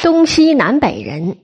东西南北人。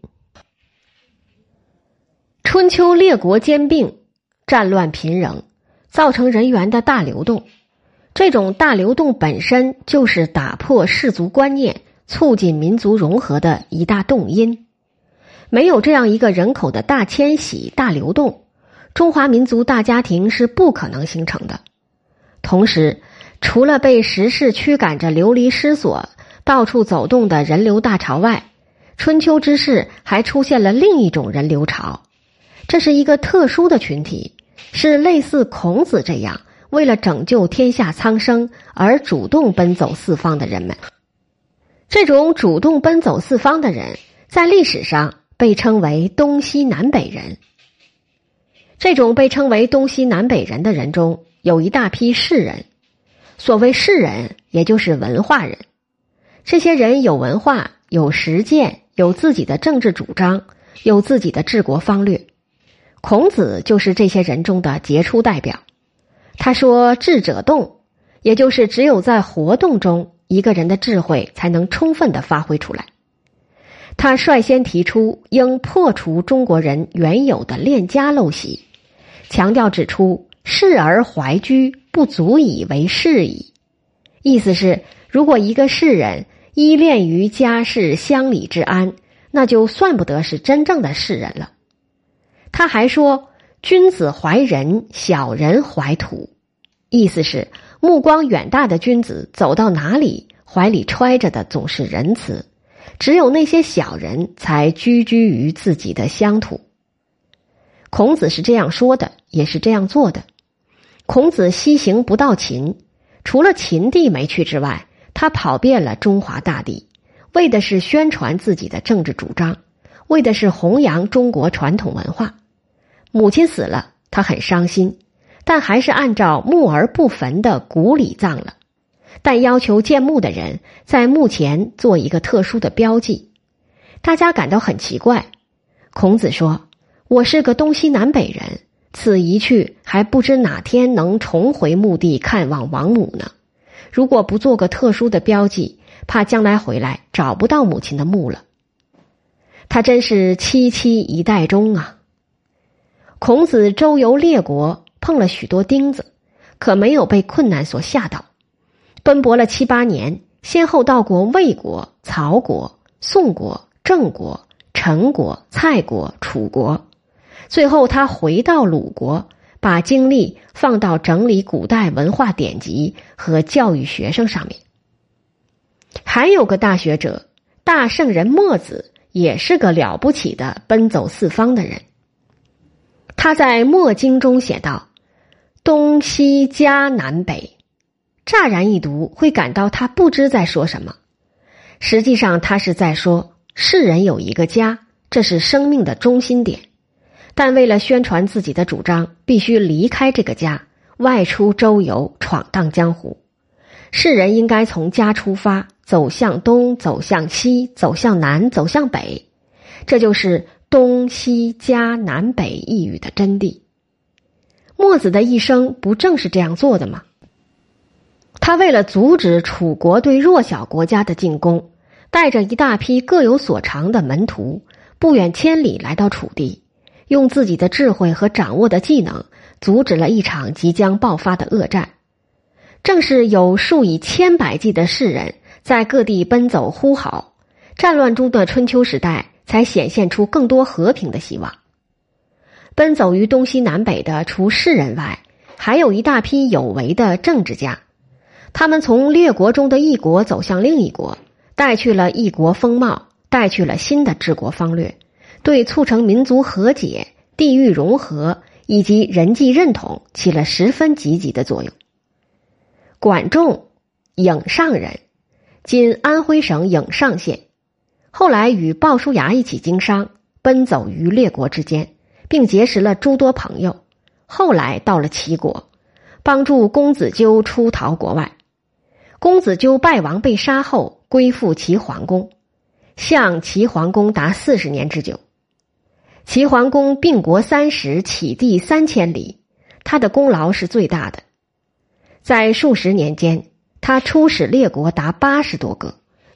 春秋列国兼并，战乱频仍，造成人员的大流动。这种大流动本身就是打破氏族观念、促进民族融合的一大动因。没有这样一个人口的大迁徙、大流动，中华民族大家庭是不可能形成的。同时，除了被时势驱赶着流离失所、到处走动的人流大潮外，春秋之世还出现了另一种人流潮。这是一个特殊的群体，是类似孔子这样为了拯救天下苍生而主动奔走四方的人们。这种主动奔走四方的人，在历史上被称为东西南北人。这种被称为东西南北人的人中，有一大批士人。所谓士人，也就是文化人。这些人有文化，有实践，有自己的政治主张，有自己的治国方略。孔子就是这些人中的杰出代表。他说智者动，也就是只有在活动中，一个人的智慧才能充分地发挥出来。他率先提出应破除中国人原有的恋家陋习，强调指出士而怀居，不足以为士矣。意思是，如果一个士人依恋于家世乡里之安，那就算不得是真正的士人了。他还说君子怀仁，小人怀土。意思是目光远大的君子走到哪里，怀里揣着的总是仁慈，只有那些小人才居居于自己的乡土。孔子是这样说的，也是这样做的。孔子西行不到秦，除了秦地没去之外，他跑遍了中华大地，为的是宣传自己的政治主张，为的是弘扬中国传统文化。母亲死了，他很伤心，但还是按照墓而不坟的古礼葬了，但要求建墓的人在墓前做一个特殊的标记。大家感到很奇怪。孔子说，我是个东西南北人，此一去还不知哪天能重回墓地看望亡母呢。如果不做个特殊的标记，怕将来回来找不到母亲的墓了。他真是戚戚一代中啊。孔子周游列国，碰了许多钉子，可没有被困难所吓倒。奔波了7、8年，先后到过魏国、曹国、宋国、郑国、陈国、蔡国、楚国。最后他回到鲁国，把精力放到整理古代文化典籍和教育学生上面。还有个大学者，大圣人墨子，也是个了不起的奔走四方的人。他在《墨经》中写道，东西家南北。乍然一读，会感到他不知在说什么。实际上他是在说，世人有一个家，这是生命的中心点。但为了宣传自己的主张，必须离开这个家，外出周游，闯荡江湖。世人应该从家出发，走向东，走向西，走向南，走向北。这就是东西家南北一语的真谛。墨子的一生不正是这样做的吗？他为了阻止楚国对弱小国家的进攻，带着一大批各有所长的门徒，不远千里来到楚地，用自己的智慧和掌握的技能，阻止了一场即将爆发的恶战。正是有数以千百计的士人在各地奔走呼号，战乱中的春秋时代才显现出更多和平的希望。奔走于东西南北的除士人外，还有一大批有为的政治家。他们从列国中的一国走向另一国，带去了异国风貌，带去了新的治国方略，对促成民族和解、地域融合以及人际认同起了十分积极的作用。管仲，颍上人，今安徽省颍上县，后来与鲍叔牙一起经商，奔走于列国之间，并结识了诸多朋友。后来到了齐国，帮助公子纠出逃国外。公子纠败亡被杀后，归附齐桓公，向齐桓公达40年之久。齐桓公并国30，起地3000里，他的功劳是最大的。在数十年间，他出使列国达80多个，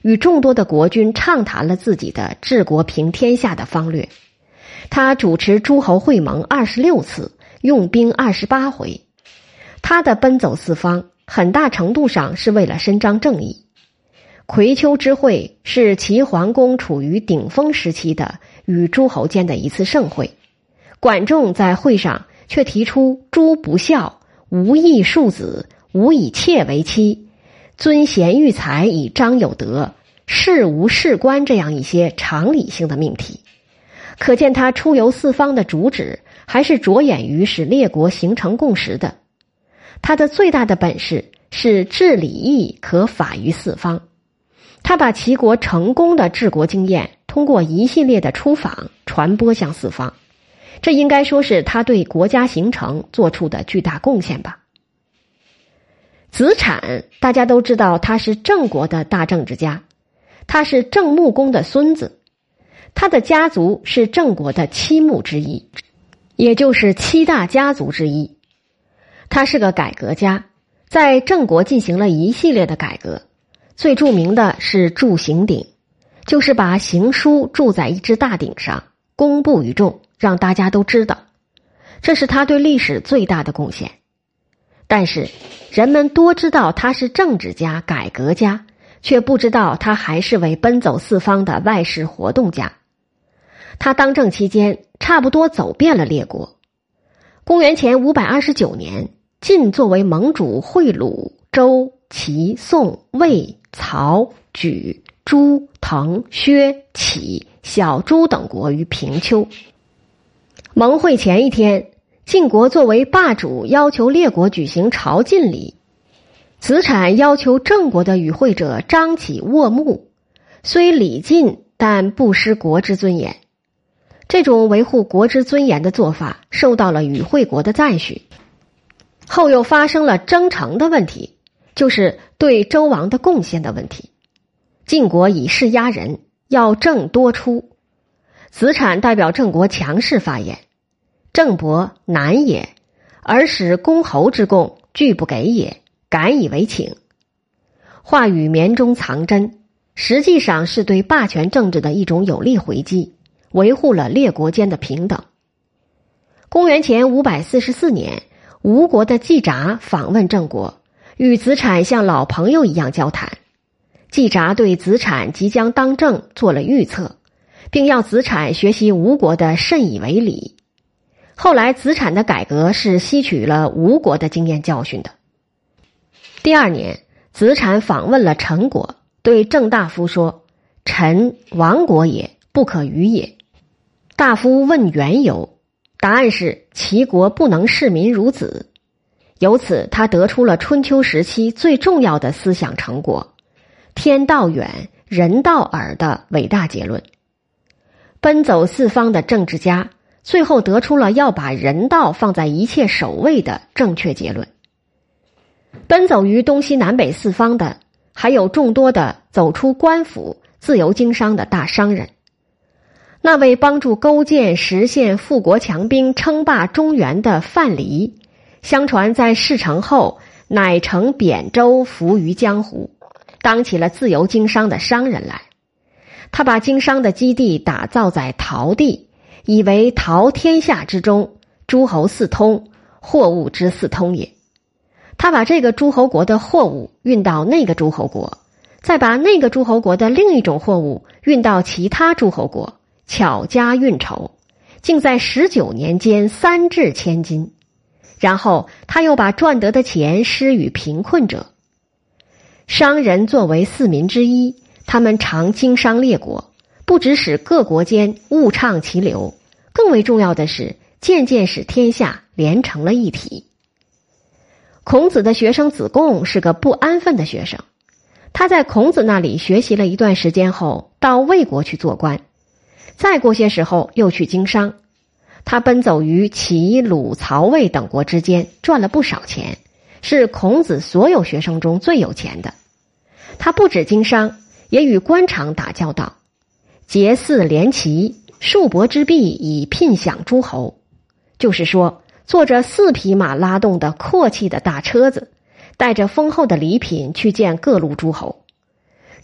与众多的国君畅谈了自己的治国平天下的方略。他主持诸侯会盟26次，用兵28回。他的奔走四方很大程度上是为了伸张正义。葵丘之会是齐桓公处于顶峰时期的与诸侯间的一次盛会，管仲在会上却提出诸不孝，无义庶子，无以妾为妻，尊贤育才以彰有德，事无事官这样一些常理性的命题。可见他出游四方的主旨还是着眼于使列国形成共识的。他的最大的本事是治理义可法于四方。他把齐国成功的治国经验通过一系列的出访传播向四方，这应该说是他对国家形成做出的巨大贡献吧。子产大家都知道他是郑国的大政治家，他是郑穆公的孙子，他的家族是郑国的七穆之一，也就是七大家族之一。他是个改革家，在郑国进行了一系列的改革，最著名的是铸刑鼎，就是把刑书铸在一只大鼎上，公布于众，让大家都知道。这是他对历史最大的贡献。但是人们多知道他是政治家、改革家，却不知道他还是位奔走四方的外事活动家。他当政期间差不多走遍了列国。公元前529年，晋作为盟主会鲁、周、齐、宋、魏、曹、莒、朱、滕、薛、启、小朱等国于平丘。盟会前一天，晋国作为霸主要求列国举行朝觐礼。子产要求郑国的与会者张起握目，虽礼尽，但不失国之尊严。这种维护国之尊严的做法受到了与会国的赞许。后又发生了争城的问题，就是对周王的贡献的问题。晋国以势压人，要郑多出。子产代表郑国强势发言：郑伯难也，而使公侯之贡，拒不给也，敢以为请。话语绵中藏针，实际上是对霸权政治的一种有力回击，维护了列国间的平等。公元前544年，吴国的季札访问郑国，与子产像老朋友一样交谈。季札对子产即将当政做了预测，并要子产学习吴国的慎以为礼。后来子产的改革是吸取了吴国的经验教训的。第二年，子产访问了陈国，对郑大夫说：陈亡国也，不可与也。大夫问缘由，答案是齐国不能视民如子。由此他得出了春秋时期最重要的思想成果：天道远，人道耳的伟大结论。奔走四方的政治家最后得出了要把人道放在一切首位的正确结论。奔走于东西南北四方的还有众多的走出官府自由经商的大商人。那位帮助勾践实现富国强兵称霸中原的范蠡，相传在事成后乃乘扁舟浮于江湖，当起了自由经商的商人来。他把经商的基地打造在陶地，以为陶天下之中，诸侯四通，货物之四通也。他把这个诸侯国的货物运到那个诸侯国，再把那个诸侯国的另一种货物运到其他诸侯国，巧加运筹，竟在19年间3掷千金。然后他又把赚得的钱施与贫困者。商人作为四民之一，他们常经商列国，不只使各国间物畅其流，更为重要的是渐渐使天下连成了一体。孔子的学生子贡是个不安分的学生，他在孔子那里学习了一段时间后，到魏国去做官，再过些时候又去经商。他奔走于齐、鲁、曹、魏等国之间，赚了不少钱，是孔子所有学生中最有钱的。他不止经商，也与官场打交道，结4连齐，数帛之币以聘享诸侯。就是说，坐着4匹马拉动的阔气的大车子，带着丰厚的礼品去见各路诸侯。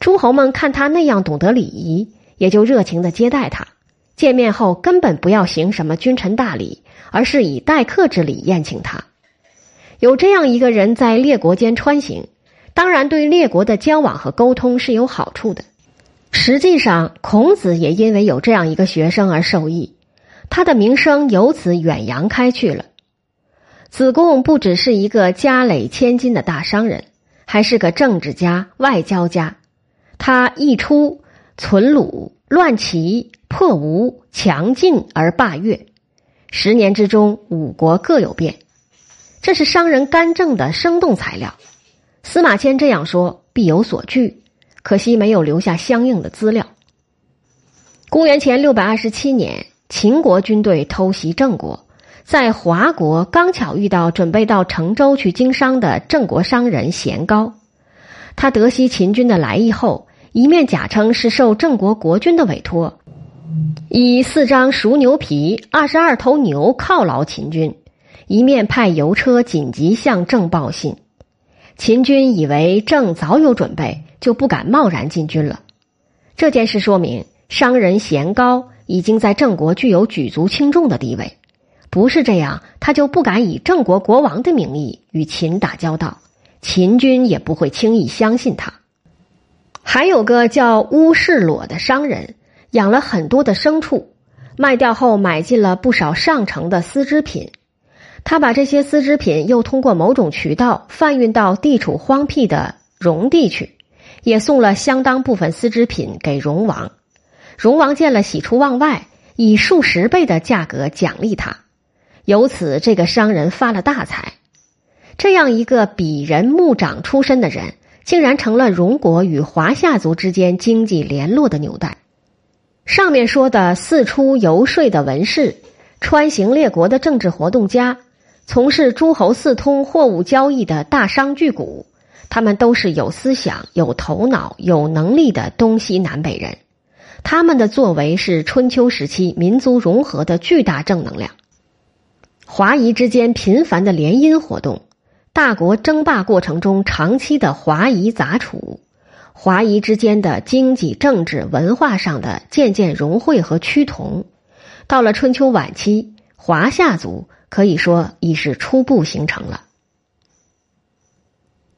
诸侯们看他那样懂得礼仪，也就热情地接待他。见面后根本不要行什么君臣大礼，而是以待客之礼宴请他。有这样一个人在列国间穿行，当然对列国的交往和沟通是有好处的。实际上，孔子也因为有这样一个学生而受益，他的名声由此远扬开去了。子贡不只是一个家累千金的大商人，还是个政治家、外交家。他易出、存鲁、乱齐、破吴、强晋而霸越，10年之中5国各有变，这是商人干政的生动材料。司马迁这样说必有所据，可惜没有留下相应的资料。公元前627年，秦国军队偷袭郑国，在华国刚巧遇到准备到成州去经商的郑国商人咸高。他得悉秦军的来意后，一面假称是受郑国国君的委托，以4张熟牛皮、22头牛犒劳秦军，一面派邮车紧急向郑报信。秦军以为郑早有准备，就不敢贸然进军了。这件事说明商人咸高已经在郑国具有举足轻重的地位，不是这样，他就不敢以郑国国王的名义与秦打交道，秦军也不会轻易相信他。还有个叫乌士裸的商人，养了很多的牲畜，卖掉后买进了不少上乘的丝织品。他把这些丝织品又通过某种渠道贩运到地处荒僻的戎地去，也送了相当部分丝织品给戎王。戎王见了喜出望外，以数十倍的价格奖励他，由此这个商人发了大财。这样一个鄙人牧长出身的人，竟然成了戎国与华夏族之间经济联络的纽带。上面说的四出游说的文士，穿行列国的政治活动家，从事诸侯四通货物交易的大商巨贾，他们都是有思想、有头脑、有能力的东西南北人。他们的作为是春秋时期民族融合的巨大正能量。华夷之间频繁的联姻活动，大国争霸过程中长期的华夷杂处，华夷之间的经济、政治、文化上的渐渐融汇和趋同，到了春秋晚期，华夏族可以说已是初步形成了。